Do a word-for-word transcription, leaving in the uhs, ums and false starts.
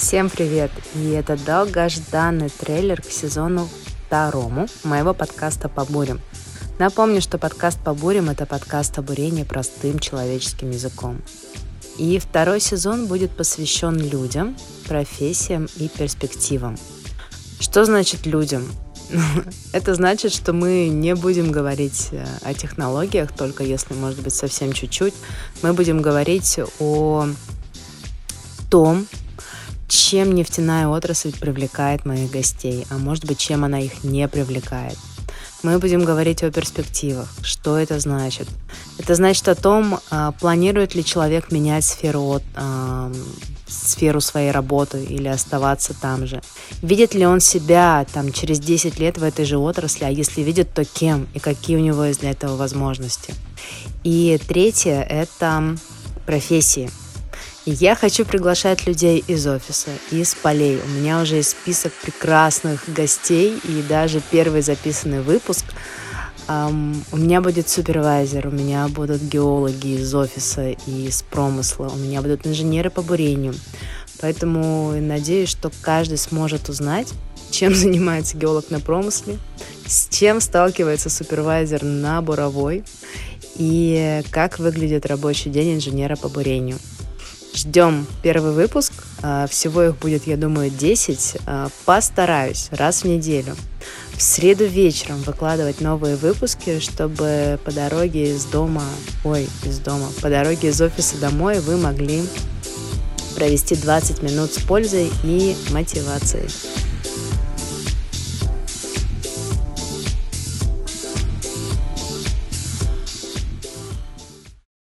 Всем привет! И это долгожданный трейлер к сезону второму моего подкаста «По бурям». Напомню, что подкаст «По бурям» — это подкаст о бурении простым человеческим языком. И второй сезон будет посвящен людям, профессиям и перспективам. Что значит людям? Это значит, что мы не будем говорить о технологиях, только если, может быть, совсем чуть-чуть. Мы будем говорить о том, чем нефтяная отрасль привлекает моих гостей, а может быть, чем она их не привлекает. Мы будем говорить о перспективах. Что это значит? Это значит о том, планирует ли человек менять сферу, сферу своей работы или оставаться там же. Видит ли он себя там, через десять лет в этой же отрасли, а если видит, то кем и какие у него есть для этого возможности. И третье – это профессии. Я хочу приглашать людей из офиса, из полей. У меня уже есть список прекрасных гостей и даже первый записанный выпуск. Um, у меня будет супервайзер, у меня будут геологи из офиса и из промысла, у меня будут инженеры по бурению. Поэтому надеюсь, что каждый сможет узнать, чем занимается геолог на промысле, с чем сталкивается супервайзер на буровой и как выглядит рабочий день инженера по бурению. Ждем первый выпуск. Всего их будет, я думаю, десять. Постараюсь раз в неделю в среду вечером выкладывать новые выпуски, чтобы по дороге из дома, ой, из дома, по дороге из офиса домой вы могли провести двадцать минут с пользой и мотивацией.